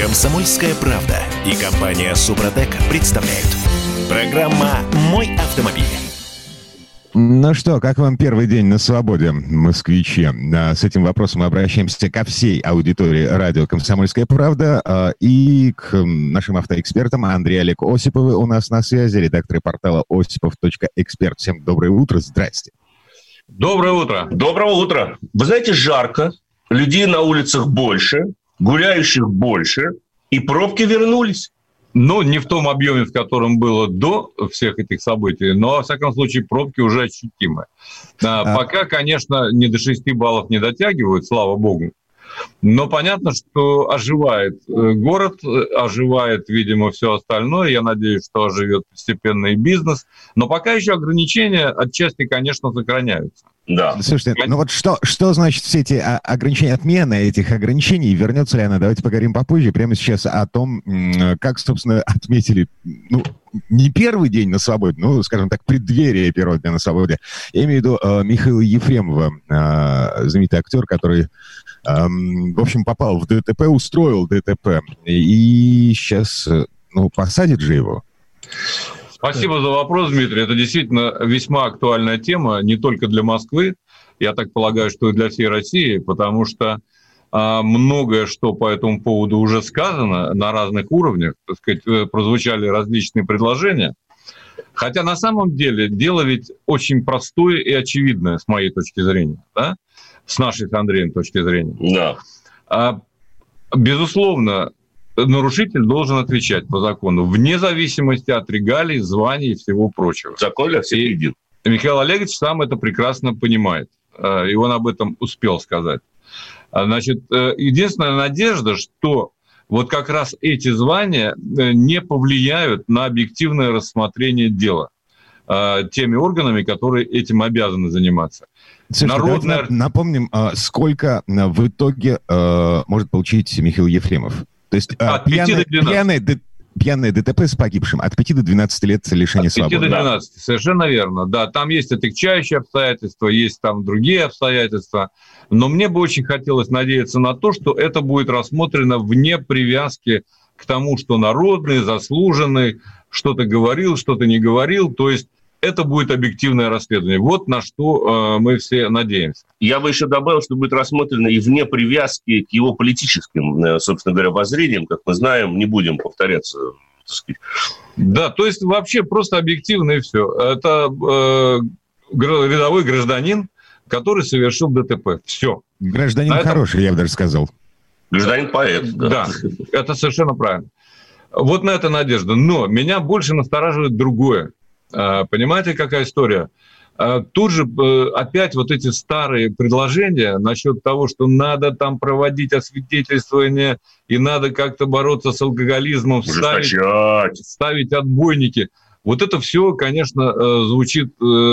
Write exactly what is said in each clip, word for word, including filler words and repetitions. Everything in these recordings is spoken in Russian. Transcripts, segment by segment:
«Комсомольская правда» и компания «Супротек» представляют. Программа «Мой автомобиль». Ну что, как вам первый день на свободе, москвичи? С этим вопросом мы обращаемся ко всей аудитории радио «Комсомольская правда» и к нашим автоэкспертам. Андрей Олег Осиповы у нас на связи, редактор портала осипов точка эксперт. Всем доброе утро, здрасте. Доброе утро. Доброе утро. Вы знаете, жарко, людей на улицах больше, гуляющих больше, и пробки вернулись. Ну, не в том объеме, в котором было до всех этих событий, но, во всяком случае, пробки уже ощутимы. А... Пока, конечно, не до шести баллов не дотягивают, слава богу. Но понятно, что оживает город, оживает, видимо, все остальное. Я надеюсь, что оживет постепенно и бизнес. Но пока еще ограничения отчасти, конечно, сохраняются. Да. Слушайте, ну вот что, что значит все эти ограничения, отмена этих ограничений, вернется ли она? Давайте поговорим попозже. Прямо сейчас о том, как, собственно, отметили, ну, не первый день на свободе, ну, скажем так, преддверие первого дня на свободе. Я имею в виду э, Михаила Ефремова, э, знаменитый актер, который, э, в общем, попал в ДТП, устроил ДТП. И сейчас, ну, посадят же его. Спасибо за вопрос, Дмитрий. Это действительно весьма актуальная тема, не только для Москвы, я так полагаю, что и для всей России, потому что а, многое, что по этому поводу уже сказано на разных уровнях, так сказать, прозвучали различные предложения. Хотя на самом деле дело ведь очень простое и очевидное, с моей точки зрения, да? С нашей с Андреем точки зрения. Да. А, безусловно, нарушитель должен отвечать по закону, вне зависимости от регалий, званий и всего прочего. Закон для всех един. Михаил Олегович сам это прекрасно понимает, и он об этом успел сказать. Значит, единственная надежда, что вот как раз эти звания не повлияют на объективное рассмотрение дела теми органами, которые этим обязаны заниматься. Слушайте, Народная... Напомним, сколько в итоге может получить Михаил Ефремов. То есть от пьяное, пьяное, пьяное ДТП с погибшим от пяти до двенадцати лет лишения свободы. От пяти до двенадцати, совершенно верно. Да, там есть отягчающие обстоятельства, есть там другие обстоятельства. Но мне бы очень хотелось надеяться на то, что это будет рассмотрено вне привязки к тому, что народный, заслуженный, что-то говорил, что-то не говорил. То есть это будет объективное расследование. Вот на что э, мы все надеемся. Я бы еще добавил, что будет рассмотрено и вне привязки к его политическим, э, собственно говоря, воззрениям. Как мы знаем, не будем повторяться, так сказать. Да, то есть вообще просто объективно и все. Это э, рядовой гражданин, который совершил ДТП. Все. Гражданин на хороший, этом... я бы даже сказал. Гражданин-поэт. Да. Да, это совершенно правильно. Вот на это надежда. Но меня больше настораживает другое. Понимаете, какая история? Тут же опять вот эти старые предложения насчет того, что надо там проводить освидетельствование и надо как-то бороться с алкоголизмом, ставить, ставить отбойники. Вот это все, конечно, звучит,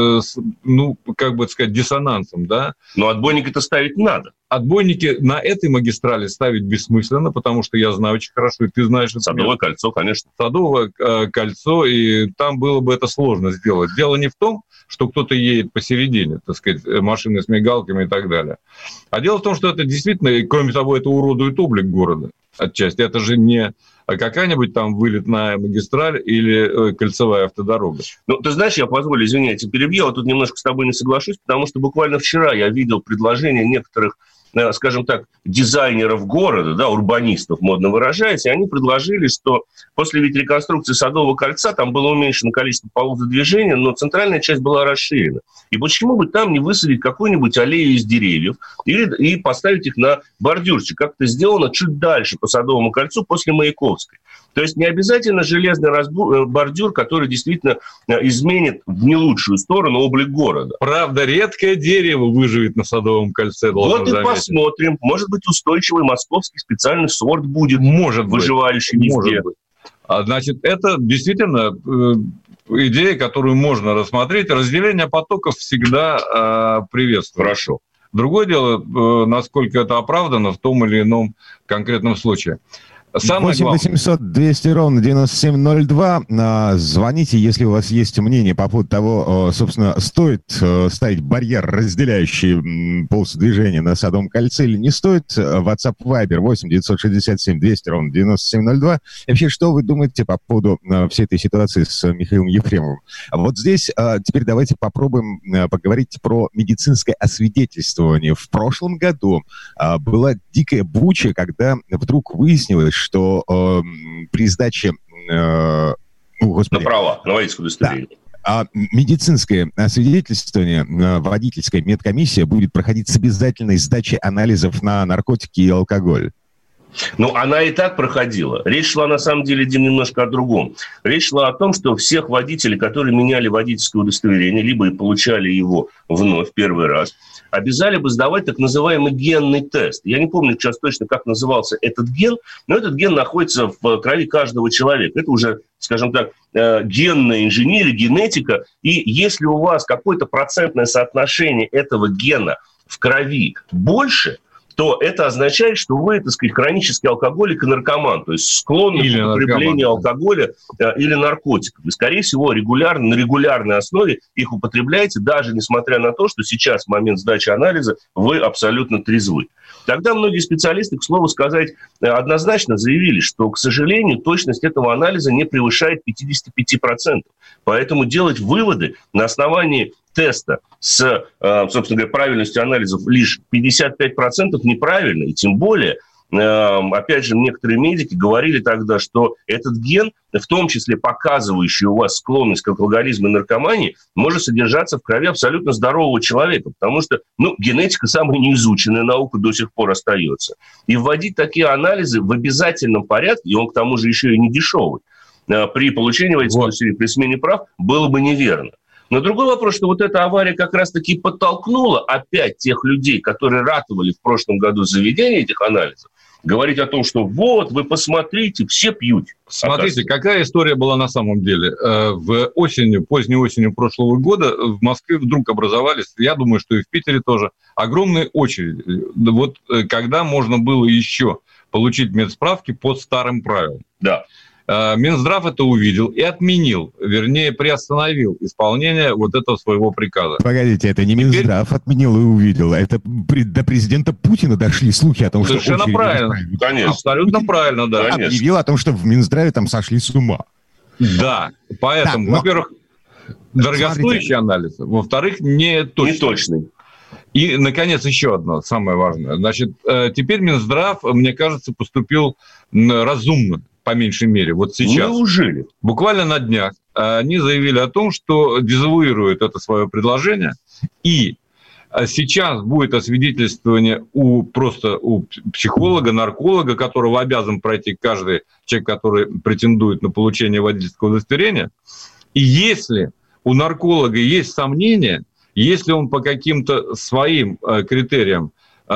ну, как бы сказать, диссонансом, да? Но отбойники-то ставить надо. Отбойники на этой магистрали ставить бессмысленно, потому что я знаю очень хорошо, и ты знаешь... Садовое кольцо, конечно. Садовое кольцо, и там было бы это сложно сделать. Дело не в том, что кто-то едет посередине, так сказать, машины с мигалками и так далее. А дело в том, что это действительно, и кроме того, это уродует облик города отчасти. Это же не какая-нибудь там вылетная магистраль или кольцевая автодорога. Ну, ты знаешь, я позволю, извини, я тебя перебью, а тут немножко с тобой не соглашусь, потому что буквально вчера я видел предложение некоторых, скажем так, дизайнеров города, да, урбанистов, модно выражаясь, и они предложили, что после ведь реконструкции Садового кольца там было уменьшено количество полос движения, но центральная часть была расширена. И почему бы там не высадить какую-нибудь аллею из деревьев или, и поставить их на бордюрчик, как это сделано чуть дальше по Садовому кольцу после Маяковской. То есть не обязательно железный разбор, бордюр, который действительно изменит в не лучшую сторону облик города. Правда, редкое дерево выживет на Садовом кольце. Вот и заметить. Посмотрим. Может быть, устойчивый московский специальный сорт будет, может выживающий быть, везде. Может быть. А, значит, это действительно э, идея, которую можно рассмотреть. Разделение потоков всегда э, приветствуется. Хорошо. Другое дело, э, насколько это оправдано в том или ином конкретном случае. восемь восемьсот двести ровно девяносто семь ноль два. Звоните, если у вас есть мнение по поводу того, собственно, стоит ставить барьер, разделяющий полосу движения на Садовом кольце или не стоит. WhatsApp Viber восемь девятьсот шестьдесят семь двести ровно девяносто семь ноль два. И вообще, что вы думаете по поводу всей этой ситуации с Михаилом Ефремовым? Вот здесь теперь давайте попробуем поговорить про медицинское освидетельствование. В прошлом году была дикая буча, когда вдруг выяснилось, что э, при сдаче... Э, ну, господи, на права, на водительское удостоверение. Да. А медицинское освидетельствование, водительская медкомиссия будет проходить с обязательной сдачей анализов на наркотики и алкоголь. Ну, она и так проходила. Речь шла, на самом деле, Дим, немножко о другом. Речь шла о том, что всех водителей, которые меняли водительское удостоверение, либо и получали его вновь первый раз, обязали бы сдавать так называемый генный тест. Я не помню сейчас точно, как назывался этот ген, но этот ген находится в крови каждого человека. Это уже, скажем так, генная инженерия, генетика. И если у вас какое-то процентное соотношение этого гена в крови больше, то это означает, что вы, так сказать, хронический алкоголик и наркоман, то есть склонны к употреблению алкоголя э, или наркотиков. И, скорее всего, регулярно, на регулярной основе их употребляете, даже несмотря на то, что сейчас, в момент сдачи анализа, вы абсолютно трезвы. Тогда многие специалисты, к слову сказать, однозначно заявили, что, к сожалению, точность этого анализа не превышает пятьдесят пять процентов. Поэтому делать выводы на основании теста с, собственно говоря, правильностью анализов лишь пятьдесят пять процентов неправильно. И тем более, опять же, некоторые медики говорили тогда, что этот ген, в том числе показывающий у вас склонность к алкоголизму и наркомании, может содержаться в крови абсолютно здорового человека, потому что, ну, генетика самая неизученная наука до сих пор остается. И вводить такие анализы в обязательном порядке, и он к тому же еще и не дешевый, при получении водительского удостоверения, при смене прав, было бы неверно. Но другой вопрос, что вот эта авария как раз-таки подтолкнула опять тех людей, которые ратовали в прошлом году за введение этих анализов, говорить о том, что вот, вы посмотрите, все пьют. Смотрите, какая история была на самом деле. В осенью, поздней осенью прошлого года в Москве вдруг образовались, я думаю, что и в Питере тоже, огромные очереди. Вот когда можно было еще получить медсправки по старым правилам. Да. Минздрав это увидел и отменил, вернее, приостановил исполнение вот этого своего приказа. Погодите, это не Минздрав Теперь... отменил и увидел, это до президента Путина дошли слухи о том, что... Совершенно правильно, конечно. Абсолютно Путин правильно, да. Конечно. Объявил о том, что в Минздраве там сошли с ума. Да, поэтому, да, но... во-первых, дорогостоящий анализ, во-вторых, не точный. Не точный. И, наконец, еще одно, самое важное. Значит, теперь Минздрав, мне кажется, поступил разумно. По меньшей мере, вот сейчас. Неужели? Буквально на днях они заявили о том, что дезавуируют это свое предложение, и сейчас будет освидетельствование у, просто у психолога, нарколога, которого обязан пройти каждый человек, который претендует на получение водительского удостоверения. И если у нарколога есть сомнения, если он по каким-то своим критериям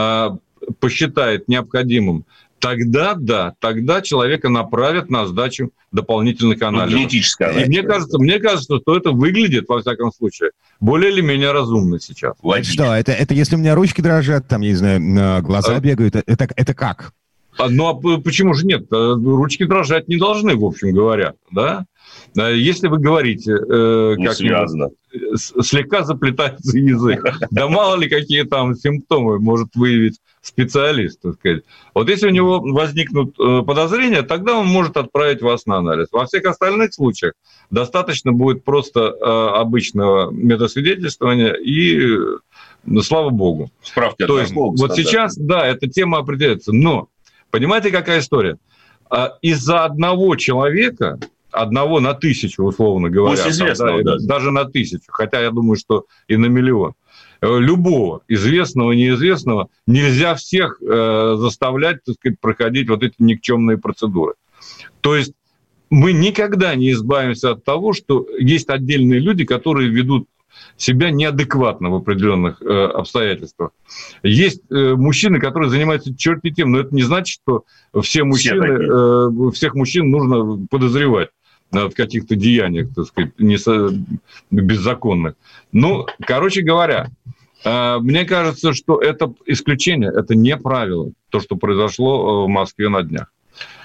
посчитает необходимым, тогда, да, тогда человека направят на сдачу дополнительных анализов. Генетическая анализ. И мне кажется, мне кажется, что это выглядит, во всяком случае, более или менее разумно сейчас. Что, это, это если у меня ручки дрожат, там, я не знаю, глаза а... бегают, это, это как? Ну, а почему же нет? Ручки дрожать не должны, в общем говоря, да? Если вы говорите, э, не как связано. Слегка заплетается язык, да мало ли какие там симптомы может выявить специалист, так сказать. Вот если у него возникнут подозрения, тогда он может отправить вас на анализ. Во всех остальных случаях достаточно будет просто обычного медосвидетельствования и, ну, слава богу. Справки. То есть вот сейчас, да, эта тема определяется. Но, понимаете, какая история? Из-за одного человека... Одного на тысячу, условно говоря. Пусть известного, да, да. Даже на тысячу, хотя я думаю, что и на миллион. Любого известного, неизвестного нельзя всех э, заставлять, так сказать, проходить вот эти никчемные процедуры. То есть мы никогда не избавимся от того, что есть отдельные люди, которые ведут себя неадекватно в определенных э, обстоятельствах. Есть э, мужчины, которые занимаются черти тем, но это не значит, что все мужчины, э, всех мужчин нужно подозревать в каких-то деяниях, так сказать, несо... беззаконных. Ну, короче говоря, э, мне кажется, что это исключение, это не правило, то, что произошло в Москве на днях.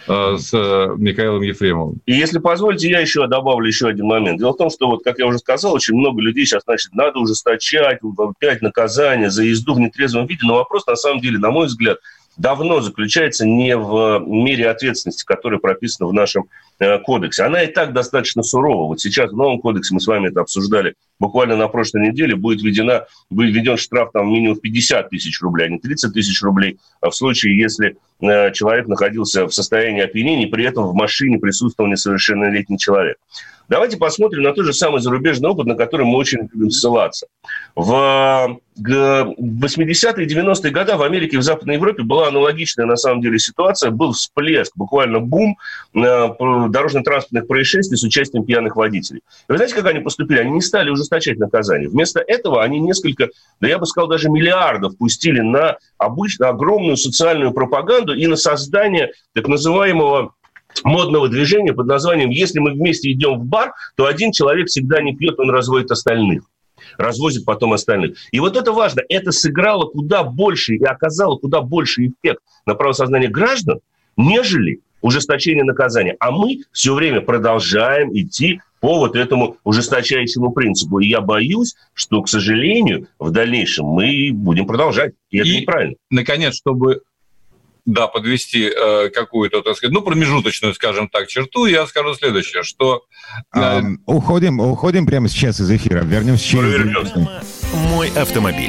с Михаилом Ефремовым. И если позволите, я еще добавлю еще один момент. Дело в том, что, вот, как я уже сказал, очень много людей сейчас, значит, надо ужесточать, опять наказание за езду в нетрезвом виде. Но вопрос, на самом деле, на мой взгляд, давно заключается не в мере ответственности, которая прописана в нашем э, кодексе. Она и так достаточно сурова. Вот сейчас в новом кодексе, мы с вами это обсуждали буквально на прошлой неделе, будет введена, будет введен штраф там минимум пятьдесят тысяч рублей, а не тридцать тысяч рублей, а в случае, если э, человек находился в состоянии опьянения, при этом в машине присутствовал несовершеннолетний человек. Давайте посмотрим на тот же самый зарубежный опыт, на который мы очень любим ссылаться. В восьмидесятые и девяностые годы в Америке и в Западной Европе была аналогичная, на самом деле, ситуация. Был всплеск, буквально бум дорожно-транспортных происшествий с участием пьяных водителей. И вы знаете, как они поступили? Они не стали ужесточать наказание. Вместо этого они несколько, да я бы сказал, даже миллиардов пустили на обычно огромную социальную пропаганду и на создание так называемого модного движения под названием «Если мы вместе идем в бар, то один человек всегда не пьет, он разводит остальных». Развозит потом остальных. И вот это важно. Это сыграло куда больше и оказало куда больше эффект на правосознание граждан, нежели ужесточение наказания. А мы все время продолжаем идти по вот этому ужесточающему принципу. И я боюсь, что, к сожалению, в дальнейшем мы будем продолжать. И это и, неправильно. Наконец, чтобы... Да, подвести э, какую-то, так сказать, ну, промежуточную, скажем так, черту, я скажу следующее, что... Э... А, уходим, уходим прямо сейчас из эфира, вернемся через... «Мой автомобиль».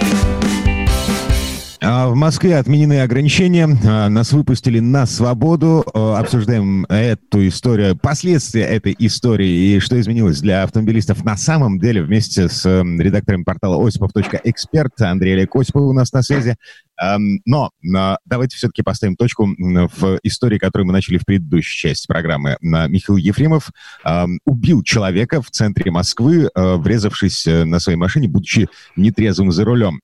В Москве отменены ограничения, нас выпустили на свободу, обсуждаем эту историю, последствия этой истории и что изменилось для автомобилистов на самом деле вместе с редактором портала осипов точка эксперт Андрей Олег Осипов у нас на связи. Но давайте все-таки поставим точку в истории, которую мы начали в предыдущей части программы. Михаил Ефремов убил человека в центре Москвы, врезавшись на своей машине, будучи нетрезвым за рулем.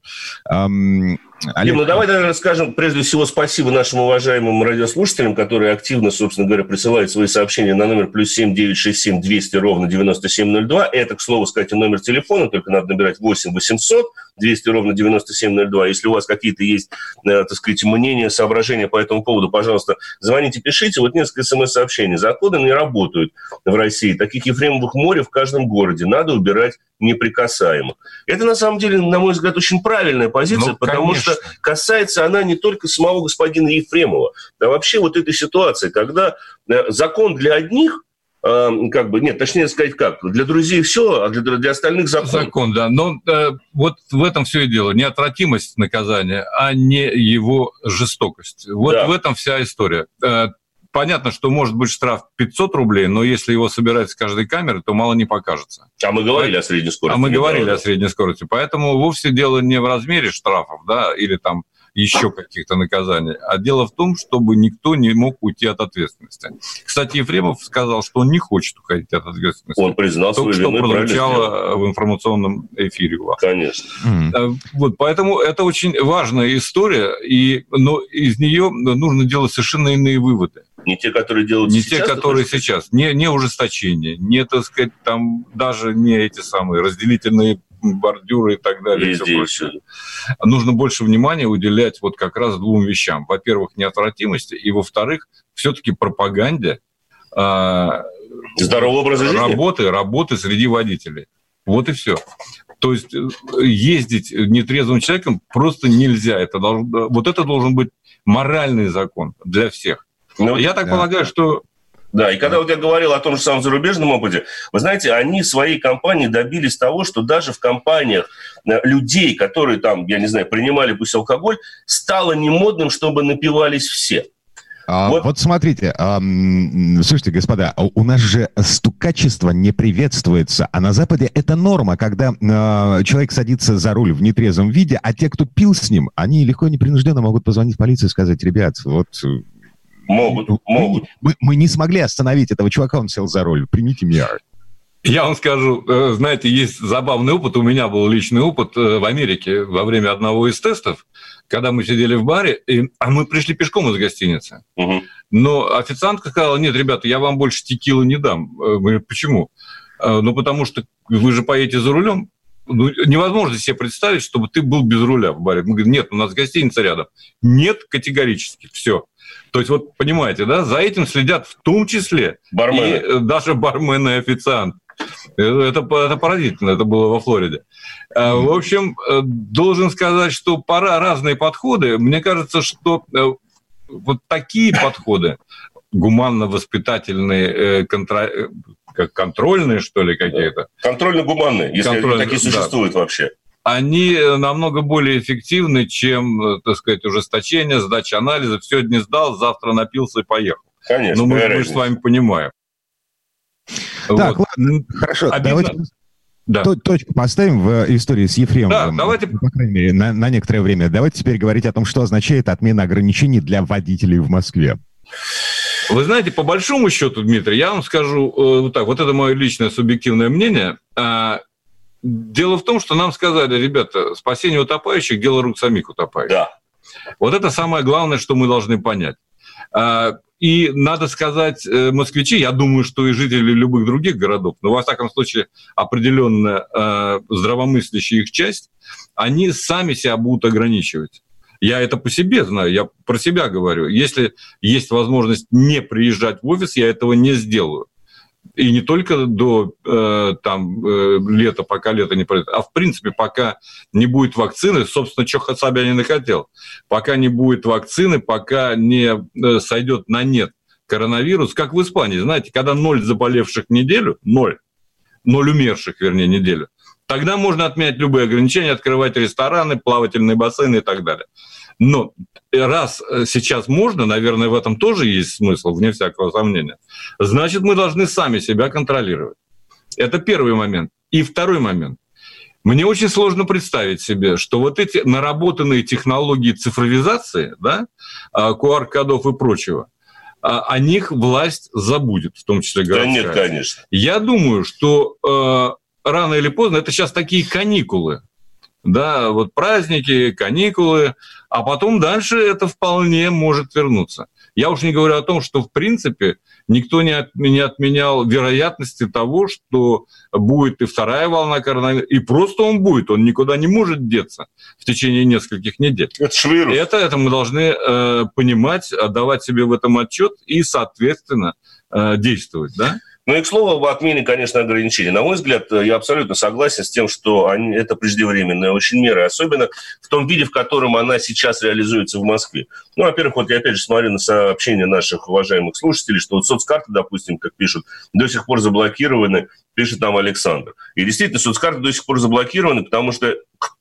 Олег, ну давай, наверное, скажем прежде всего спасибо нашим уважаемым радиослушателям, которые активно, собственно говоря, присылают свои сообщения на номер плюс семь девятьсот шестьдесят семь двести ровно девяносто семь ноль два. Это, к слову сказать, номер телефона, только надо набирать восемь восемьсот двести ровно девяносто семь ноль два. Если у вас какие-то есть, э, так сказать, мнения, соображения по этому поводу, пожалуйста, звоните, пишите. Вот несколько смс-сообщений. Законы не работают в России. Таких Ефремовых море в каждом городе. Надо убирать неприкасаемых. Это, на самом деле, на мой взгляд, очень правильная позиция, ну, потому что касается она не только самого господина Ефремова, а вообще вот этой ситуации, когда закон для одних, э, как бы, нет, точнее сказать как, для друзей все, а для, для остальных закон. Закон, да, но э, вот в этом все и дело. Неотвратимость наказания, а не его жестокость. Вот да. В этом вся история. Э, Понятно, что может быть штраф пятьсот рублей, но если его собирать с каждой камеры, то мало не покажется. А мы говорили о средней скорости. А мы говорили правда. о средней скорости. Поэтому вовсе дело не в размере штрафов, да, или там еще каких-то наказаний, а дело в том, чтобы никто не мог уйти от ответственности. Кстати, Ефремов сказал, что он не хочет уходить от ответственности. Он признал свою вину. Только что прозвучало в информационном эфире у вас. Конечно. Mm. Вот, поэтому это очень важная история, и, но из нее нужно делать совершенно иные выводы. Не те, которые делают не сейчас. Не те, которые сейчас. Не, не ужесточение, не, так сказать, там даже не эти самые разделительные бордюры и так далее. И все все. Нужно больше внимания уделять вот как раз двум вещам. Во-первых, неотвратимости, и, во-вторых, все-таки пропаганде здорового образа жизни. Работы, работы среди водителей. Вот и все. То есть ездить нетрезвым человеком просто нельзя. Это должно, вот это должен быть моральный закон для всех. Ну, я так да. полагаю, что... Да, и когда вот я говорил о том же самом зарубежном опыте, вы знаете, они в своей компании добились того, что даже в компаниях людей, которые там, я не знаю, принимали пусть алкоголь, стало немодным, чтобы напивались все. А, вот. вот смотрите, а, слушайте, господа, у нас же стукачество не приветствуется, а на Западе это норма, когда а, человек садится за руль в нетрезвом виде, а те, кто пил с ним, они легко и непринужденно могут позвонить в полицию и сказать: ребят, вот... Могут, мы, могут. Мы, мы не смогли остановить этого чувака, он сел за руль. Примите меры. Я вам скажу, знаете, есть забавный опыт. У меня был личный опыт в Америке во время одного из тестов, когда мы сидели в баре, и, а мы пришли пешком из гостиницы. Угу. Но официантка сказала: нет, ребята, я вам больше текилы не дам. Мы говорим: почему? Ну, потому что вы же поедете за рулем. ну, невозможно себе представить, чтобы ты был без руля в баре. Мы говорим, нет, у нас гостиница рядом. Нет, категорически, все. То есть, вот понимаете, да, за этим следят в том числе бармены. И даже бармены и официант. Это, это поразительно, это было во Флориде. Mm-hmm. В общем, должен сказать, что пора разные подходы. Мне кажется, что вот такие подходы, гуманно-воспитательные, контро... как контрольные, что ли, какие-то. Контрольно-гуманные, если Контроль... такие существуют да. вообще. Они намного более эффективны, чем, так сказать, ужесточение, сдача анализа. Сегодня сдал, завтра напился и поехал. Конечно. Но мы, мы же с вами понимаем. Так, вот. ладно, хорошо. Обидно. Давайте да. точку поставим в истории с Ефремовым. Да, давайте... По крайней мере, на, на некоторое время. Давайте теперь говорить о том, что означает отмена ограничений для водителей в Москве. Вы знаете, по большому счету, Дмитрий, я вам скажу э, вот так, вот это мое личное субъективное мнение. Э, дело в том, что нам сказали, ребята, спасение утопающих – дело рук самих утопающих. Да. Вот это самое главное, что мы должны понять. Э, и надо сказать, э, москвичи, я думаю, что и жители любых других городов, но во всяком случае определенная э, здравомыслящая их часть, они сами себя будут ограничивать. Я это по себе знаю, я про себя говорю. Если есть возможность не приезжать в офис, я этого не сделаю. И не только до э, там, э, лета, пока лето не пройдет, а в принципе, пока не будет вакцины, собственно, что Собянин и хотел, пока не будет вакцины, пока не э, сойдет на нет коронавирус, как в Испании, знаете, когда ноль заболевших неделю, ноль, ноль умерших, вернее, неделю, тогда можно отменять любые ограничения, открывать рестораны, плавательные бассейны и так далее. Но раз сейчас можно, наверное, в этом тоже есть смысл, вне всякого сомнения, значит, мы должны сами себя контролировать. Это первый момент. И второй момент. Мне очень сложно представить себе, что вот эти наработанные технологии цифровизации, да, ку ар-кодов и прочего, о них власть забудет, в том числе городская. Да нет, конечно. Я думаю, что э, рано или поздно, это сейчас такие каникулы, да, вот праздники, каникулы, а потом дальше это вполне может вернуться. Я уж не говорю о том, что в принципе никто не, от, не отменял вероятности того, что будет и вторая волна коронавируса, и просто он будет, он никуда не может деться в течение нескольких недель. Это ж вирус. Это, это мы должны э, понимать, отдавать себе в этом отчет и, соответственно, э, действовать, да? Ну и, к слову, об отмене, конечно, ограничений. На мой взгляд, я абсолютно согласен с тем, что они, это преждевременная очень мера, особенно в том виде, в котором она сейчас реализуется в Москве. Ну, во-первых, вот я опять же смотрю на сообщения наших уважаемых слушателей, что вот соцкарты, допустим, как пишут, до сих пор заблокированы, пишет нам Александр. И действительно, соцкарты до сих пор заблокированы, потому что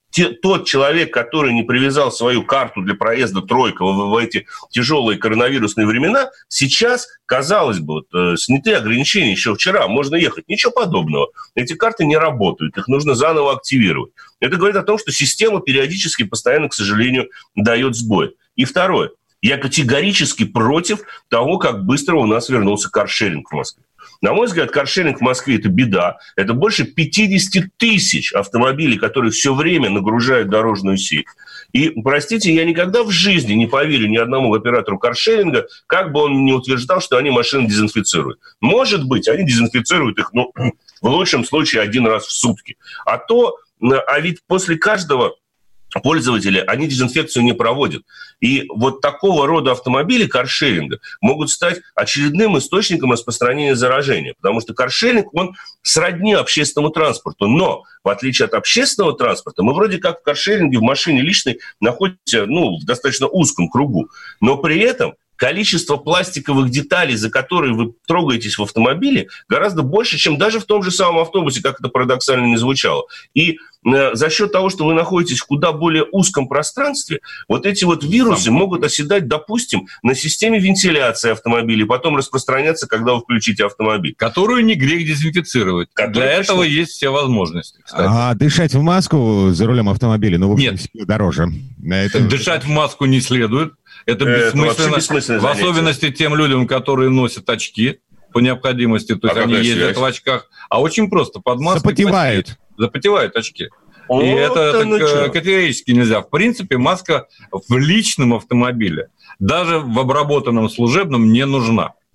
тот человек, который не привязал свою карту для проезда тройка в, в эти тяжелые коронавирусные времена, сейчас, казалось бы, вот, э, сняты ограничения еще вчера, можно ехать. Ничего подобного. Эти карты не работают, их нужно заново активировать. Это говорит о том, что система периодически, постоянно, к сожалению, дает сбой. И второе. Я категорически против того, как быстро у нас вернулся каршеринг в Москве. На мой взгляд, каршеринг в Москве – это беда. Это больше пятьдесят тысяч автомобилей, которые все время нагружают дорожную сеть. И, простите, я никогда в жизни не поверю ни одному оператору каршеринга, как бы он ни утверждал, что они машины дезинфицируют. Может быть, они дезинфицируют их, ну, в лучшем случае, один раз в сутки. А то, а ведь после каждого пользователи, они дезинфекцию не проводят. И вот такого рода автомобили каршеринга могут стать очередным источником распространения заражения. Потому что каршеринг, он сродни общественному транспорту. Но, в отличие от общественного транспорта, мы вроде как в каршеринге, в машине личной находимся, ну, в достаточно узком кругу. Но при этом количество пластиковых деталей, за которые вы трогаетесь в автомобиле, гораздо больше, чем даже в том же самом автобусе, как это парадоксально не звучало. И э, за счет того, что вы находитесь в куда более узком пространстве, вот эти вот вирусы могут оседать, допустим, на системе вентиляции автомобиля, и потом распространяться, когда вы включите автомобиль. Которую не грех дезинфицировать. Которую, Для конечно, этого есть все возможности. Кстати. А дышать в маску за рулем автомобиля, ну, в общем, Нет. дороже. Это... Дышать в маску не следует. Это бессмысленно, это в особенности тем людям, которые носят очки по необходимости, то есть а они ездят связь? в очках, а очень просто, под маской запотевают. Запотевают очки. О, и это, это ну категорически нельзя. В принципе, маска в личном автомобиле, даже в обработанном служебном, не нужна.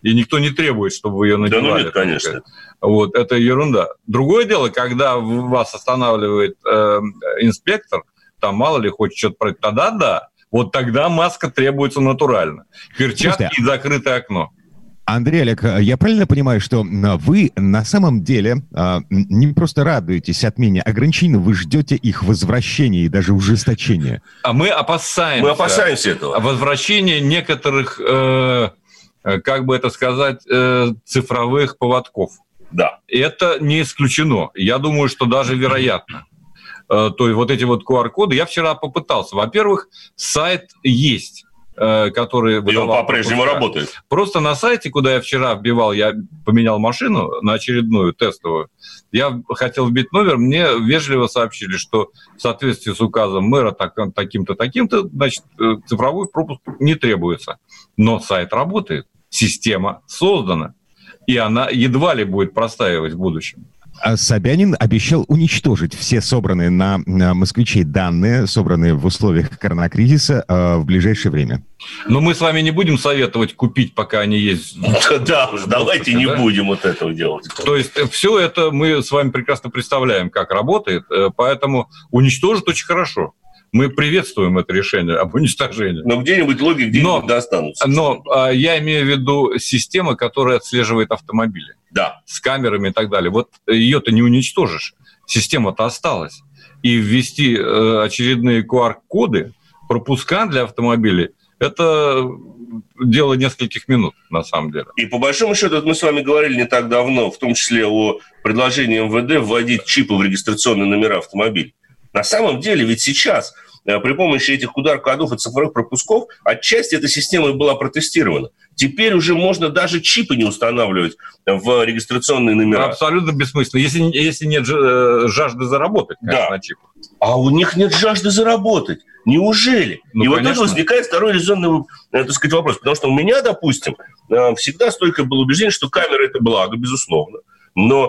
и никто не требует, чтобы вы ее надевали. Да, ну нет, конечно. Вот, это ерунда. Другое дело, когда вас останавливает э, инспектор, там мало ли хочет что-то пройти, тогда да, вот тогда маска требуется натурально. Перчатки Слушайте, и закрытое окно. Андрей, Олег, я правильно понимаю, что вы на самом деле а, не просто радуетесь отмене ограничений, вы ждете их возвращения и даже ужесточения? А мы опасаемся. Мы опасаемся этого. Возвращения некоторых, э, как бы это сказать, э, цифровых поводков. Да. Это не исключено. Я думаю, что даже вероятно. Э, то есть вот эти вот ку ар коды, я вчера попытался. Во-первых, сайт есть, который и он по-прежнему пропуска. Работает. Просто на сайте, куда я вчера вбивал, я поменял машину на очередную тестовую, я хотел вбить номер, мне вежливо сообщили, что в соответствии с указом мэра так, таким-то, таким-то, значит, цифровой пропуск не требуется. Но сайт работает, система создана, и она едва ли будет простаивать в будущем. Собянин обещал уничтожить все собранные на, на москвичей данные, собранные в условиях коронакризиса, э, в ближайшее время. Но мы с вами не будем советовать купить, пока они есть. Да, уж давайте не будем вот этого делать. То есть все это мы с вами прекрасно представляем, как работает, поэтому уничтожить очень хорошо. Мы приветствуем это решение об уничтожении. Но где-нибудь логи где-нибудь достанутся. Но а, я имею в виду систему, которая отслеживает автомобили. Да. С камерами и так далее. Вот ее-то не уничтожишь. Система-то осталась. И ввести э, очередные ку ар коды, пропуска для автомобилей, это дело нескольких минут, на самом деле. И по большому счету, мы с вами говорили не так давно, в том числе о предложении эм вэ дэ вводить чипы в регистрационные номера автомобилей. На самом деле, ведь сейчас при помощи этих ку ар кодов и цифровых пропусков отчасти эта система была протестирована. Теперь уже можно даже чипы не устанавливать в регистрационные номера. Абсолютно бессмысленно, если, если нет жажды заработать, конечно, да. на чипах. А у них нет жажды заработать. Неужели? Ну, и конечно. Вот тут возникает второй резонный, так сказать, вопрос. Потому что у меня, допустим, всегда стойкое было убеждение, что камера – это благо, безусловно. Но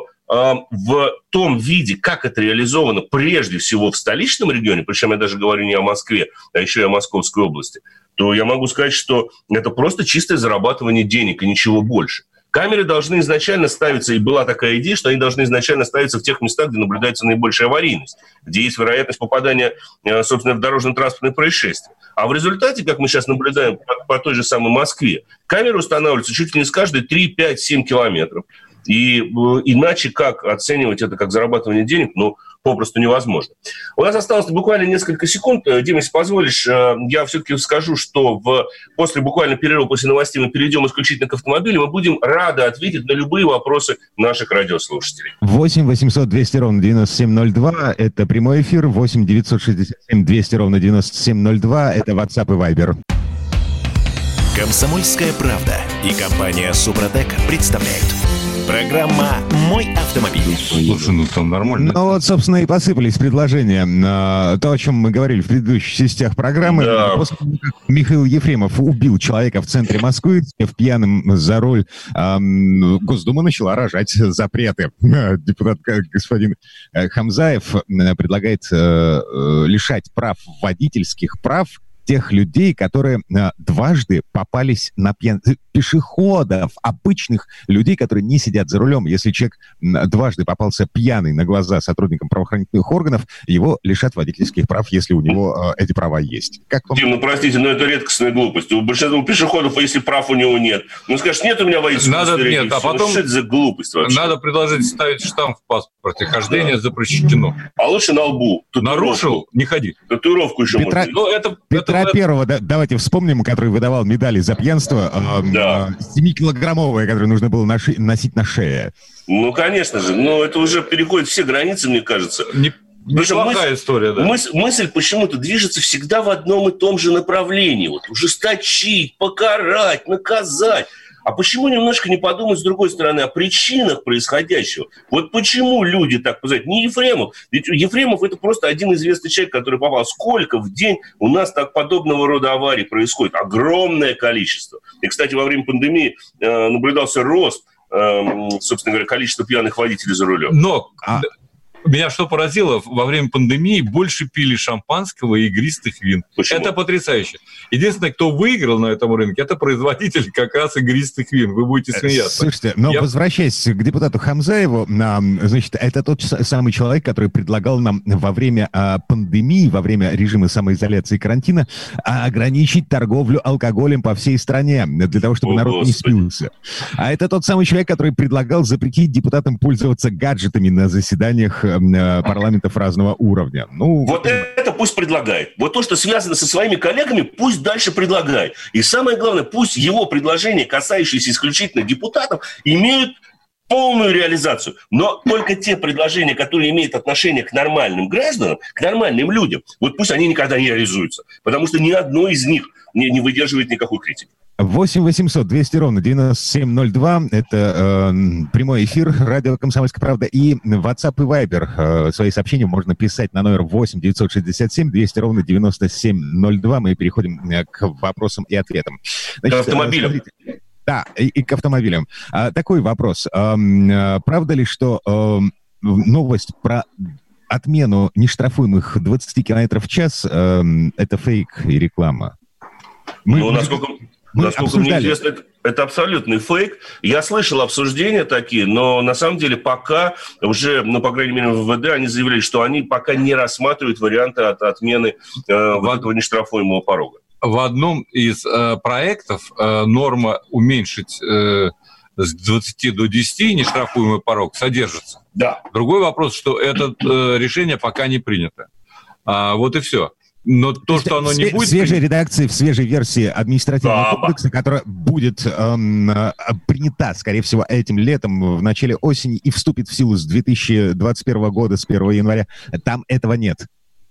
в том виде, как это реализовано прежде всего в столичном регионе, причем я даже говорю не о Москве, а еще и о Московской области, то я могу сказать, что это просто чистое зарабатывание денег и ничего больше. Камеры должны изначально ставиться, и была такая идея, что они должны изначально ставиться в тех местах, где наблюдается наибольшая аварийность, где есть вероятность попадания, собственно, в дорожно-транспортные происшествия. А в результате, как мы сейчас наблюдаем по, по той же самой Москве, камеры устанавливаются чуть ли не с каждой три, пять, семь километров. И иначе как оценивать это как зарабатывание денег, ну, попросту невозможно. У нас осталось буквально несколько секунд. Дима, если позволишь, я все-таки скажу, что в, после буквально перерыва, после новостей мы перейдем исключительно к автомобилю. Мы будем рады ответить на любые вопросы наших радиослушателей. восемь восемьсот двести ровно девяносто семь ноль два. Это прямой эфир. восемь девятьсот шестьдесят семь двести ровно девяносто семь ноль два. Это WhatsApp и Viber. «Комсомольская правда» и компания «Супротек» представляют. Программа «Мой автомобиль». Слушай, ну там нормально. Ну вот, собственно, и посыпались предложения. То, о чем мы говорили в предыдущих частях программы. Да. После того, как Михаил Ефремов убил человека в центре Москвы, в пьяным за руль, Госдума начала рожать запреты. Депутат господин Хамзаев предлагает лишать прав, водительских прав, тех людей, которые э, дважды попались на пьян... пешеходов, обычных людей, которые не сидят за рулем. Если человек э, дважды попался пьяный на глаза сотрудникам правоохранительных органов, его лишат водительских прав, если у него э, эти права есть. Как вам... Дим, ну простите, но это редкостная глупость. У большинства пешеходов, если прав у него нет, ну скажешь, нет у меня водительского удостоверения. Нет, а потом что это за глупость вообще? Надо предложить ставить штамп в паспорте. Хождение да. запрещено. А лучше на лбу. Нарушил, не ходи. Татуировку еще Петра... можно. Ну, это, Петра это... Первого, да, давайте вспомним, который выдавал медали за пьянство, э, да. э, семикилограммовые, которые нужно было наши... носить на шее. Ну, конечно же, но это уже переходит все границы, мне кажется. Не... Неплохая мысль, история, да. Мысль, мысль почему-то движется всегда в одном и том же направлении. Вот ужесточить, покарать, наказать. А почему немножко не подумать с другой стороны о причинах происходящего? Вот почему люди так сказать? Не Ефремов. Ведь Ефремов это просто один известный человек, который попал. Сколько в день у нас так подобного рода аварий происходит? Огромное количество. И, кстати, во время пандемии э, наблюдался рост, э, собственно говоря, количества пьяных водителей за рулем. Но... А... меня что поразило, во время пандемии больше пили шампанского и игристых вин. Почему? Это потрясающе. Единственное, кто выиграл на этом рынке, это производитель как раз игристых вин. Вы будете смеяться. Слушайте, но Я... возвращаясь к депутату Хамзаеву, значит, это тот самый человек, который предлагал нам во время а, пандемии, во время режима самоизоляции и карантина ограничить торговлю алкоголем по всей стране, для того, чтобы О, народ Господи. не спился. А это тот самый человек, который предлагал запретить депутатам пользоваться гаджетами на заседаниях э, парламентов разного уровня. Ну, вот это... это пусть предлагает. Вот то, что связано со своими коллегами, пусть дальше предлагает. И самое главное, пусть его предложения, касающиеся исключительно депутатов, имеют полную реализацию. Но только те предложения, которые имеют отношение к нормальным гражданам, к нормальным людям, вот пусть они никогда не реализуются. Потому что ни одно из них не, не выдерживает никакой критики. восемь восемьсот двести ровно девяносто семь ноль два. Это э, прямой эфир радио «Комсомольская правда». И WhatsApp и Viber. Э, свои сообщения можно писать на номер восемь девятьсот шестьдесят семь двести ровно девяносто семь ноль два. Мы переходим к вопросам и ответам. Значит, к автомобилям. Смотрите. Да, и, и к автомобилям. А, такой вопрос. А, а, правда ли, что а, новость про отмену нештрафуемых двадцать километров в час а, это фейк и реклама? Мы, ну, насколько, мы насколько мне известно, это, это абсолютный фейк. Я слышал обсуждения такие, но на самом деле пока уже, ну, по крайней мере, в ВВД они заявили, что они пока не рассматривают варианты от отмены э, вот этого нештрафуемого порога. В одном из э, проектов э, норма уменьшить э, с двадцати до десяти нештрафуемый порог содержится. Да. Другой вопрос, что это э, решение пока не принято. А, вот и все. Но то, то что оно не будет... В свежей редакции, в свежей версии административного да. кодекса, которая будет эм, принята, скорее всего, этим летом, в начале осени, и вступит в силу с две тысячи двадцать первого года, с первого января, там этого нет.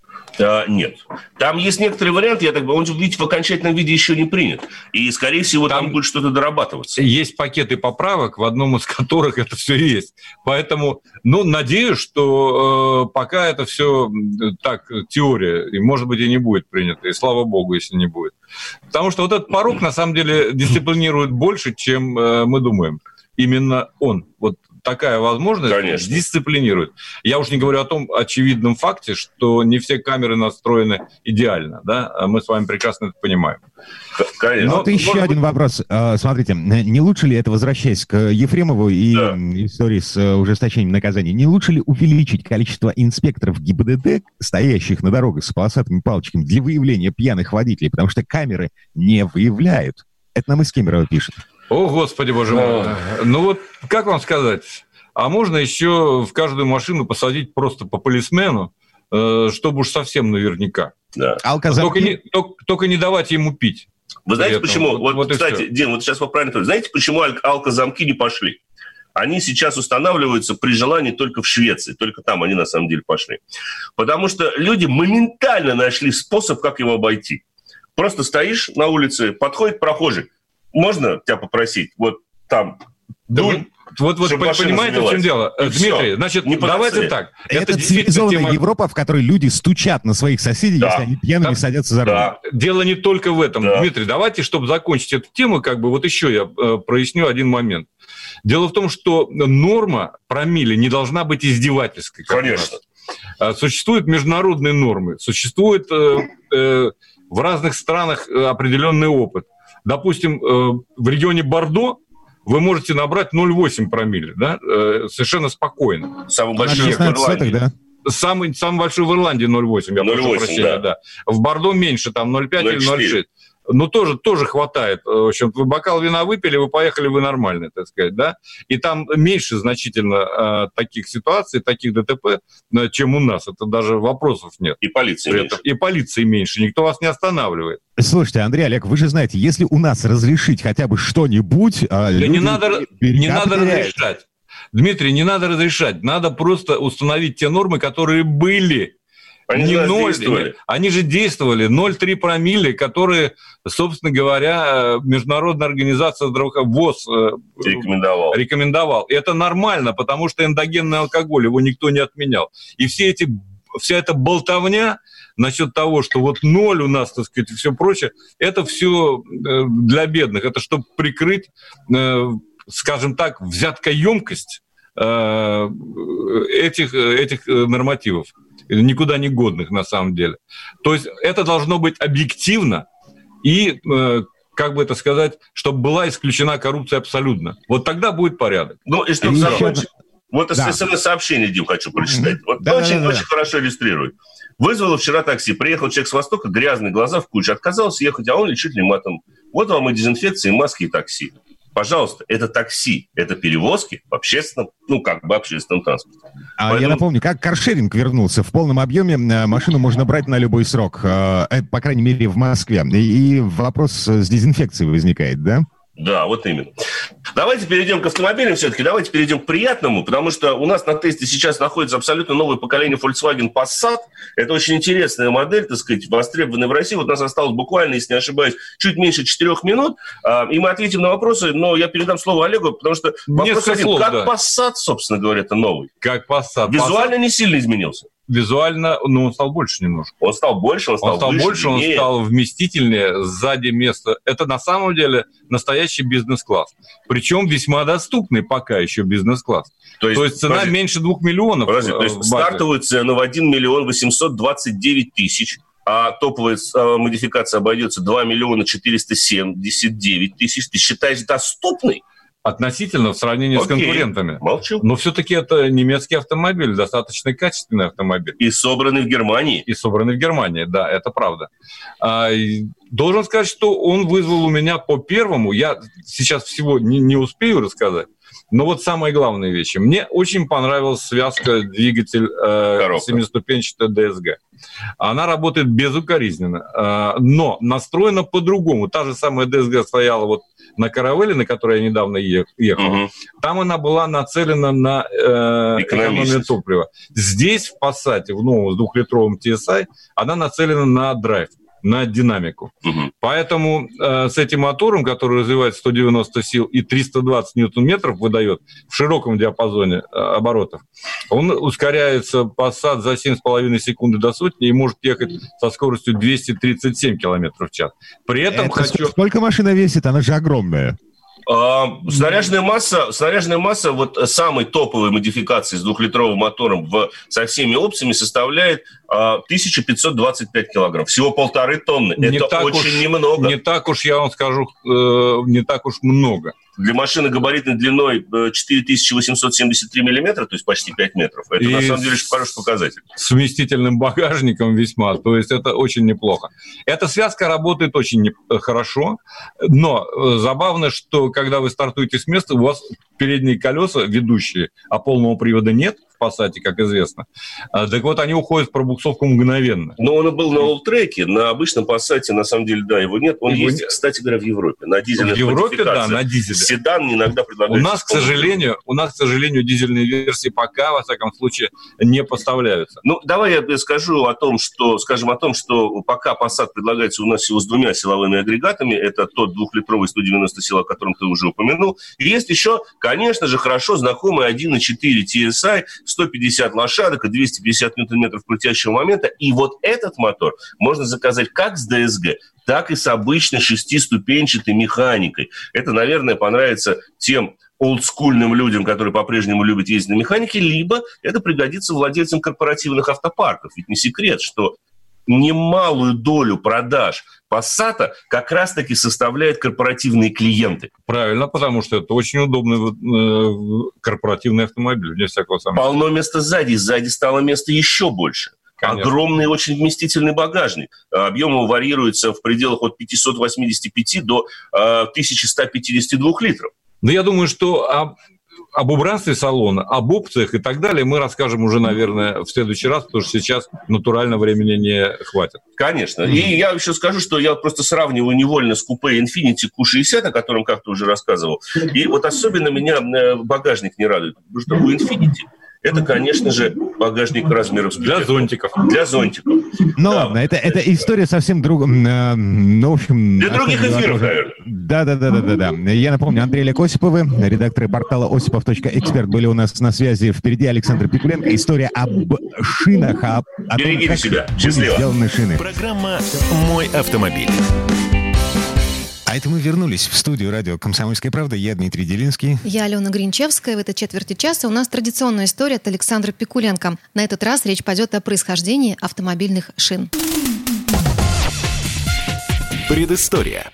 А, нет. Там есть некоторые варианты, я так понимаю, он ведь в окончательном виде еще не принят. И, скорее всего, там, там будет что-то дорабатываться. Есть пакеты поправок, в одном из которых это все есть. Поэтому, ну, надеюсь, что э, пока это все так, теория, и, может быть, и не будет принято. И слава богу, если не будет. Потому что вот этот порог, на самом деле, дисциплинирует больше, чем э, мы думаем. Именно он. Вот такая возможность Конечно. дисциплинирует. Я уж не говорю о том очевидном факте, что не все камеры настроены идеально, да? Мы с вами прекрасно это понимаем. Конечно. Но, вот еще быть... один вопрос. Смотрите, не лучше ли это, возвращаясь к Ефремову и да. истории с ужесточением наказаний, не лучше ли увеличить количество инспекторов ГИБДД, стоящих на дорогах с полосатыми палочками, для выявления пьяных водителей? Потому что камеры не выявляют. Это нам из Кемерово пишет. О, Господи, боже мой. Ну вот, как вам сказать? А можно еще в каждую машину посадить просто по полисмену, чтобы уж совсем наверняка. Да. Только, не, только, только не давать ему пить. Вы знаете, почему? Вот, вот, кстати, Дим, вот сейчас вы правильно говорите. Знаете, почему алкозамки не пошли? Они сейчас устанавливаются при желании только в Швеции. Только там они на самом деле пошли. Потому что люди моментально нашли способ, как его обойти. Просто стоишь на улице, подходит прохожий. Можно тебя попросить? Вот там... Да вы, вот, вот понимаете, в чем дело? И Дмитрий, все. Значит, давайте так. Это, это цивилизованная тема... Европа, в которой люди стучат на своих соседей, да. если они пьяными да. садятся за руль. Да. Дело не только в этом. Да. Дмитрий, давайте, чтобы закончить эту тему, как бы вот еще я э, проясню один момент. Дело в том, что норма промилле не должна быть издевательской. Конечно. Существуют международные нормы, существует э, э, в разных странах определенный опыт. Допустим, э, в регионе Бордо вы можете набрать ноль целых восемь промилле, да, э, совершенно спокойно. Самый большой в Ирландии. Да? Самый, самый большой в Ирландии ноль целых восемь, я прошу прощения, да. да. В Бордо меньше, там ноль целых пять или ноль целых шесть. Но тоже, тоже хватает. В общем, вы бокал вина выпили, вы поехали, вы нормальные, так сказать, да? И там меньше значительно э, таких ситуаций, таких ДТП, э, чем у нас. Это даже вопросов нет. И полиции меньше. И полиции меньше. Никто вас не останавливает. Слушайте, Андрей, Олег, вы же знаете, если у нас разрешить хотя бы что-нибудь... Э, да не надо, не надо разрешать. Дмитрий, не надо разрешать. Надо просто установить те нормы, которые были... Они, не ноль, они же действовали. ноль целых три промилле, которые, собственно говоря, Международная организация здравоохранения ВОЗ рекомендовал. рекомендовал. И это нормально, потому что эндогенный алкоголь, его никто не отменял. И все эти, вся эта болтовня насчет того, что вот ноль у нас, так сказать, и все прочее, это все для бедных. Это чтобы прикрыть, скажем так, взяткоемкость э, этих, этих нормативов, никуда не годных на самом деле. То есть это должно быть объективно и, э, как бы это сказать, чтобы была исключена коррупция абсолютно. Вот тогда будет порядок. Ну и чтобы закончить... Вот да. смс-сообщение, Дим, хочу прочитать. Вот да, очень, да, да, очень да. хорошо иллюстрирует. Вызвало вчера такси. Приехал человек с Востока, грязные глаза в кучу. Отказался ехать, а он лечит ли матом. Вот вам и дезинфекция, и маски, и такси. Пожалуйста, это такси, это перевозки в общественном, ну, как бы общественном транспорте. А Поэтому... Я напомню, как каршеринг вернулся в полном объеме, машину можно брать на любой срок, по крайней мере, в Москве. И вопрос с дезинфекцией возникает, да? Да, вот именно. Давайте перейдем к автомобилям все-таки, давайте перейдем к приятному, потому что у нас на тесте сейчас находится абсолютно новое поколение Volkswagen Passat. Это очень интересная модель, так сказать, востребованная в России. Вот у нас осталось буквально, если не ошибаюсь, чуть меньше четырех минут, и мы ответим на вопросы, но я передам слово Олегу, потому что вопрос один. Слов, как да. Passat, собственно говоря, это новый? Как Passat? Визуально Passat... не сильно изменился. Визуально, ну, он стал больше немножко. Он стал больше, он стал, он стал выше, больше, длиннее. Он стал вместительнее, сзади место. Это на самом деле настоящий бизнес-класс. Причем весьма доступный пока еще бизнес-класс. То есть, То есть цена подожди, меньше двух миллионов. Подожди, то есть стартовую цену в один миллион восемьсот двадцать девять тысяч, а топовая модификация обойдется два миллиона четыреста семьдесят девять тысяч. Ты считаешь доступной? Относительно в сравнении Окей. с конкурентами. Молчу. Но все-таки это немецкий автомобиль, достаточно качественный автомобиль. И собранный в Германии. И собранный в Германии, да, это правда. А, должен сказать, что он вызвал у меня по первому, я сейчас всего не, не успею рассказать, но вот самые главные вещи. Мне очень понравилась связка двигатель э, семиступенчатая ди эс джи. Она работает безукоризненно, э, но настроена по-другому. Та же самая ди эс джи стояла вот на Каравелле, на которой я недавно ехал. Угу. Там она была нацелена на э, экономию топлива. Здесь в Passat, в новом с двухлитровым ти эс ай, она нацелена на драйв, на динамику. Угу. Поэтому э, с этим мотором, который развивает сто девяносто сил и триста двадцать ньютон-метров выдает в широком диапазоне э, оборотов, он ускоряется Passat за семь с половиной секунды до сотни и может ехать со скоростью двести тридцать семь километров в час. При этом Это хочу... Сколько машина весит? Она же огромная. Снаряженная масса, снаряженная масса вот самой топовой модификации с двухлитровым мотором в, со всеми опциями составляет а, тысяча пятьсот двадцать пять килограмм. Всего полторы тонны. Не Это очень уж, немного. Не так уж, я вам скажу, э, не так уж много. Для машины габаритной длиной четыре тысячи восемьсот семьдесят три миллиметра, то есть почти пять метров. Это и на самом деле очень хороший показатель. С вместительным багажником весьма, то есть это очень неплохо. Эта связка работает очень не, хорошо, но забавно, что когда вы стартуете с места, у вас передние колеса ведущие, а полного привода нет в Passat, как известно. Так вот, они уходят в пробуксовку мгновенно. Но он был на олл-треке, на обычном Passat, на самом деле, да, его нет. Он его есть, нет. Кстати говоря, в Европе. На дизельной В Европе, да, на дизеле. Седан иногда предлагают. У нас, к сожалению, у нас, к сожалению, дизельные версии пока, во всяком случае, не поставляются. Ну, давай я скажу о том, что, скажем о том, что пока Passat предлагается у нас всего с двумя силовыми агрегатами. Это тот двухлитровый сто девяносто сил, о котором ты уже упомянул. И есть еще, конечно же, хорошо знакомый один и четыре ти эс ай, сто пятьдесят лошадок и двести пятьдесят ньютон-метров крутящего момента. И вот этот мотор можно заказать как с ди эс джи, так и с обычной шестиступенчатой механикой. Это, наверное, понравится тем олдскульным людям, которые по-прежнему любят ездить на механике, либо это пригодится владельцам корпоративных автопарков. Ведь не секрет, что немалую долю продаж Passat как раз-таки составляют корпоративные клиенты. Правильно, потому что это очень удобный э, корпоративный автомобиль, вне всякого сомнения. Полно места сзади, сзади стало места еще больше. Конечно. Огромный, очень вместительный багажник. Объем его варьируется в пределах от пятьсот восемьдесят пять до э, тысяча сто пятьдесят два литров. Но я думаю, что об, об убранстве салона, об опциях и так далее мы расскажем уже, наверное, в следующий раз, потому что сейчас натурально времени не хватит. Конечно. Mm-hmm. И я еще скажу, что я просто сравниваю невольно с купе Infiniti кью шестьдесят, о котором как-то уже рассказывал. И вот особенно меня багажник не радует, потому что у Infiniti это, конечно же, багажник размеров для зонтиков. Для зонтиков. Ну да. Ладно, это, это история совсем другая. Ну, в общем, для других эфиров, наверное. Да, да, да, да, да, да. Я напомню, Андрей Олег Осиповы, редакторы портала осипов точка эксперт были у нас на связи. Впереди Александр Пикуленко. История об шинах, об, о том, как себя. Счастливо. Сделаны шины. Программа «Мой автомобиль». А А это мы вернулись в студию радио «Комсомольская правда». Я Дмитрий Делинский. Я Алена Гринчевская. В этой четверти часа у нас традиционная история от Александра Пикуленко. На этот раз речь пойдет о происхождении автомобильных шин. Предыстория.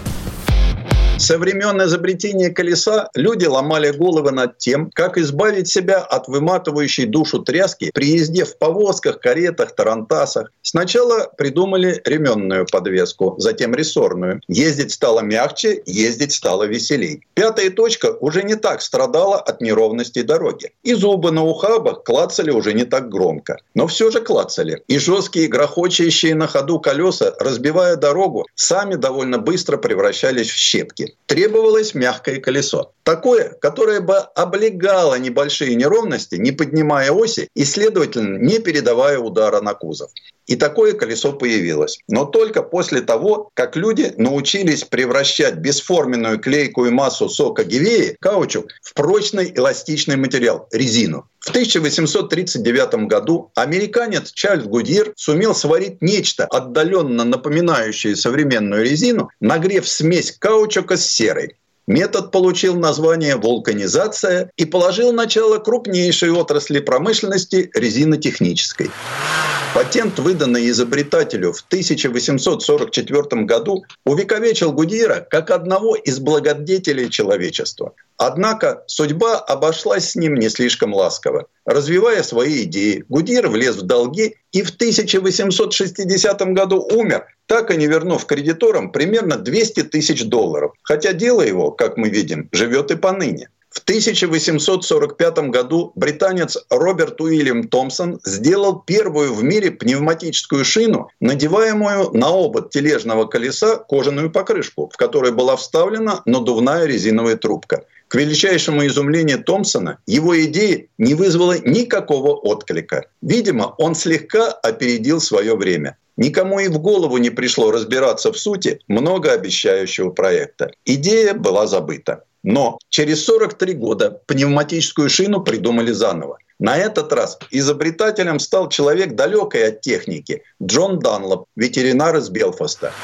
Со времен изобретения колеса люди ломали головы над тем, как избавить себя от выматывающей душу тряски при езде в повозках, каретах, тарантасах. Сначала придумали ременную подвеску, затем рессорную. Ездить стало мягче, ездить стало веселей. Пятая точка уже не так страдала от неровностей дороги. И зубы на ухабах клацали уже не так громко. Но все же клацали. И жесткие, грохочущие на ходу колеса, разбивая дорогу, сами довольно быстро превращались в щепки. Требовалось мягкое колесо. Такое, которое бы облегало небольшие неровности, не поднимая оси и, следовательно, не передавая удара на кузов. И такое колесо появилось. Но только после того, как люди научились превращать бесформенную клейкую массу сока гевеи, каучук, в прочный эластичный материал – резину. В тысяча восемьсот тридцать девятом году американец Чарльз Гудьер сумел сварить нечто, отдаленно напоминающее современную резину, нагрев смесь каучука с серой. Метод получил название вулканизация и положил начало крупнейшей отрасли промышленности – резинотехнической. Патент, выданный изобретателю в тысяча восемьсот сорок четвёртом году, увековечил Гудьера как одного из благодетелей человечества. Однако судьба обошлась с ним не слишком ласково. Развивая свои идеи, Гудьер влез в долги и в тысяча восемьсот шестидесятом году умер, так и не вернув кредиторам примерно двести тысяч долларов. Хотя дело его, как мы видим, живет и поныне. В тысяча восемьсот сорок пятом году британец Роберт Уильям Томпсон сделал первую в мире пневматическую шину, надеваемую на обод тележного колеса кожаную покрышку, в которой была вставлена надувная резиновая трубка. К величайшему изумлению Томпсона его идея не вызвала никакого отклика. Видимо, он слегка опередил свое время. Никому и в голову не пришло разбираться в сути многообещающего проекта. Идея была забыта. Но через сорок три года пневматическую шину придумали заново. На этот раз изобретателем стал человек далекий от техники – Джон Данлоп, ветеринар из Белфаста.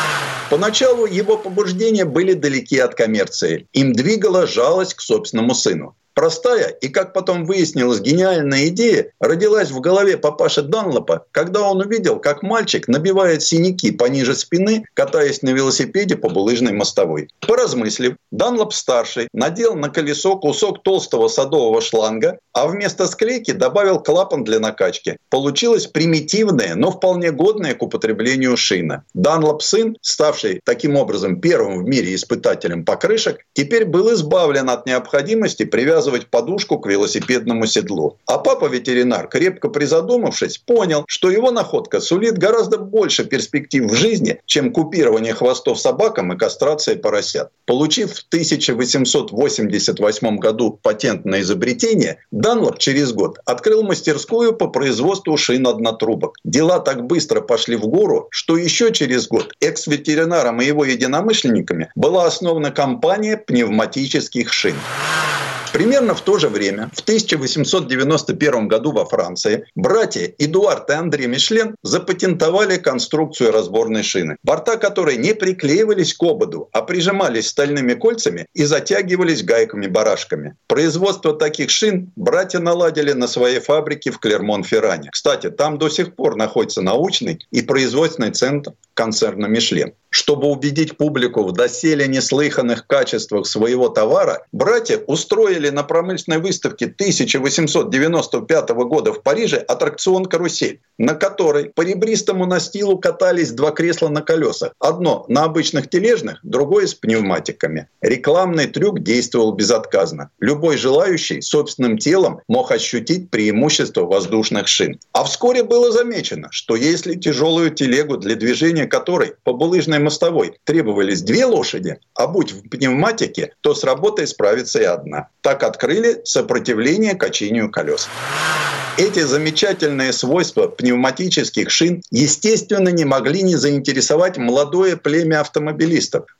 Поначалу его побуждения были далеки от коммерции. Им двигала жалость к собственному сыну. Простая и, как потом выяснилось, гениальная идея родилась в голове папаши Данлопа, когда он увидел, как мальчик набивает синяки пониже спины, катаясь на велосипеде по булыжной мостовой. Поразмыслив, Данлоп-старший надел на колесо кусок толстого садового шланга, а вместо склейки добавил клапан для накачки. Получилась примитивная, но вполне годная к употреблению шина. Данлоп-сын, ставший таким образом первым в мире испытателем покрышек, теперь был избавлен от необходимости привязывать подушку к велосипедному седлу. А папа-ветеринар, крепко призадумавшись, понял, что его находка сулит гораздо больше перспектив в жизни, чем купирование хвостов собакам и кастрация поросят. Получив в тысяча восемьсот восемьдесят восьмом году патент на изобретение, Данлоп через год открыл мастерскую по производству шин однотрубок. Дела так быстро пошли в гору, что еще через год экс-ветеринаром и его единомышленниками была основана компания пневматических шин. Примерно в то же время, в тысяча восемьсот девяносто первом году во Франции, братья Эдуард и Андре Мишлен запатентовали конструкцию разборной шины, борта которой не приклеивались к ободу, а прижимались стальными кольцами и затягивались гайками-барашками. Производство таких шин братья наладили на своей фабрике в Клермон-Ферране. Кстати, там до сих пор находится научный и производственный центр концерна Мишлен. Чтобы убедить публику в доселе неслыханных качествах своего товара, братья устроили на промышленной выставке тысяча восемьсот девяносто пятого года в Париже аттракцион «Карусель», на которой по ребристому настилу катались два кресла на колесах. Одно на обычных тележных, другое с пневматиками. Рекламный трюк действовал безотказно. Любой желающий собственным телом мог ощутить преимущество воздушных шин. А вскоре было замечено, что если тяжелую телегу, для движения которой по булыжной мостовой требовались две лошади, а будь в пневматике, то с работой справится и одна. Так открыли сопротивление качению колес. Эти замечательные свойства пневматических шин, естественно, не могли не заинтересовать молодое племя автомобилистов.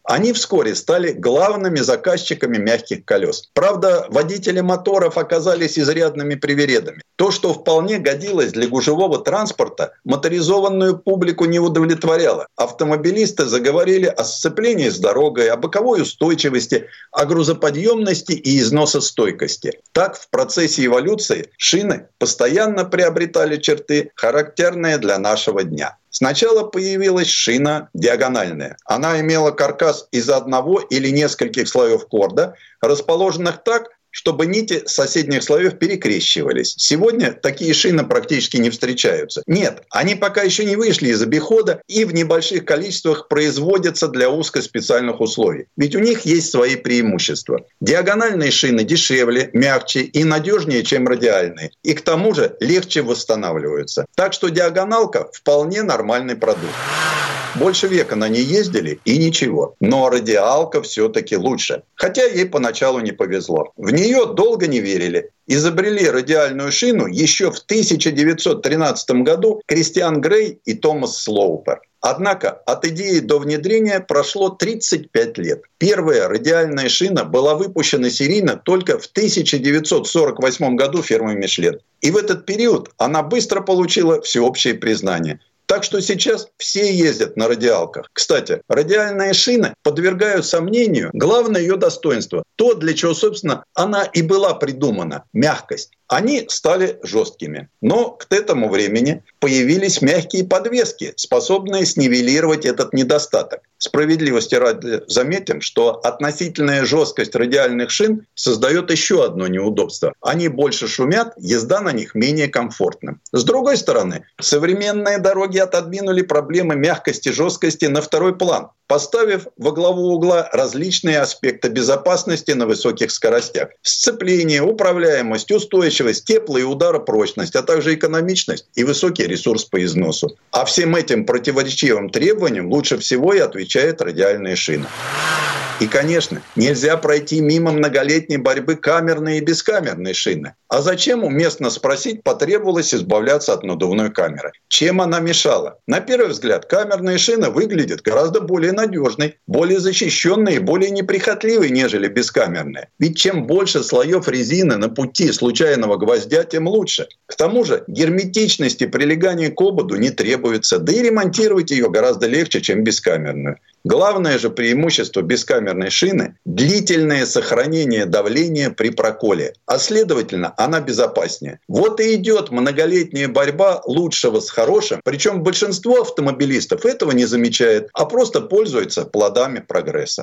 Они вскоре стали главными заказчиками мягких колес. Правда, водители моторов оказались изрядными привередами. То, что вполне годилось для гужевого транспорта, моторизованную публику не удовлетворяло. Автомобилисты заговорили о сцеплении с дорогой, о боковой устойчивости, о грузоподъемности и износостойкости. Так, в процессе эволюции шины постоянно приобретали черты, характерные для нашего дня. Сначала появилась шина диагональная. Она имела каркас из одного или нескольких слоев корда, расположенных так, чтобы нити соседних слоев перекрещивались. Сегодня такие шины практически не встречаются. Нет, они пока еще не вышли из обихода и в небольших количествах производятся для узкоспециальных условий. Ведь у них есть свои преимущества. Диагональные шины дешевле, мягче и надежнее, чем радиальные. И к тому же легче восстанавливаются. Так что диагоналка вполне нормальный продукт. Больше века на ней ездили и ничего. Но радиалка все-таки лучше. Хотя ей поначалу не повезло. В нее долго не верили. Изобрели радиальную шину еще в тысяча девятьсот тринадцатом году Кристиан Грей и Томас Слоупер. Однако от идеи до внедрения прошло тридцать пять лет. Первая радиальная шина была выпущена серийно только в тысяча девятьсот сорок восьмом году фирмой Мишлен. И в этот период она быстро получила всеобщее признание. Так что сейчас все ездят на радиалках. Кстати, радиальные шины подвергают сомнению главное ее достоинство. То, для чего, собственно, она и была придумана – мягкость. Они стали жесткими. Но к этому времени появились мягкие подвески, способные снивелировать этот недостаток. Справедливости ради заметим, что относительная жесткость радиальных шин создает еще одно неудобство. Они больше шумят, езда на них менее комфортна. С другой стороны, современные дороги отодвинули проблемы мягкости и жесткости на второй план, поставив во главу угла различные аспекты безопасности на высоких скоростях. Сцепление, управляемость, устойчивость, тепло и ударопрочность, а также экономичность и высокий ресурс по износу. А всем этим противоречивым требованиям лучше всего и отвечает радиальная шина. И, конечно, нельзя пройти мимо многолетней борьбы камерной и бескамерной шины. А зачем, уместно спросить, потребовалось избавляться от надувной камеры? Чем она мешала? На первый взгляд, камерная шина выглядит гораздо более надежной, более защищенной и более неприхотливой, нежели бескамерная. Ведь чем больше слоев резины на пути случайного гвоздя, тем лучше. К тому же герметичности прилегания к ободу не требуется, да и ремонтировать ее гораздо легче, чем бескамерную. Главное же преимущество бескамерной шины – длительное сохранение давления при проколе, а следовательно, она безопаснее. Вот и идет многолетняя борьба лучшего с хорошим, причем большинство автомобилистов этого не замечает, а просто пользуются плодами прогресса.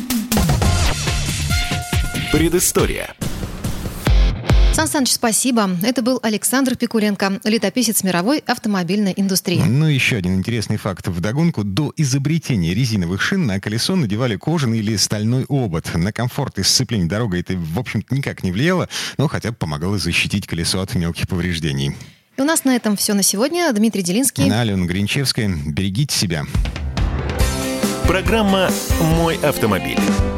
Предыстория. Сан Саныч, спасибо. Это был Александр Пикуленко, летописец мировой автомобильной индустрии. Ну, еще один интересный факт вдогонку. До изобретения резиновых шин на колесо надевали кожаный или стальной обод. На комфорт и сцепление дорогой это, в общем-то, никак не влияло, но хотя бы помогало защитить колесо от мелких повреждений. И у нас на этом все на сегодня. Дмитрий Делинский. Алена Гринчевская. Берегите себя. Программа «Мой автомобиль».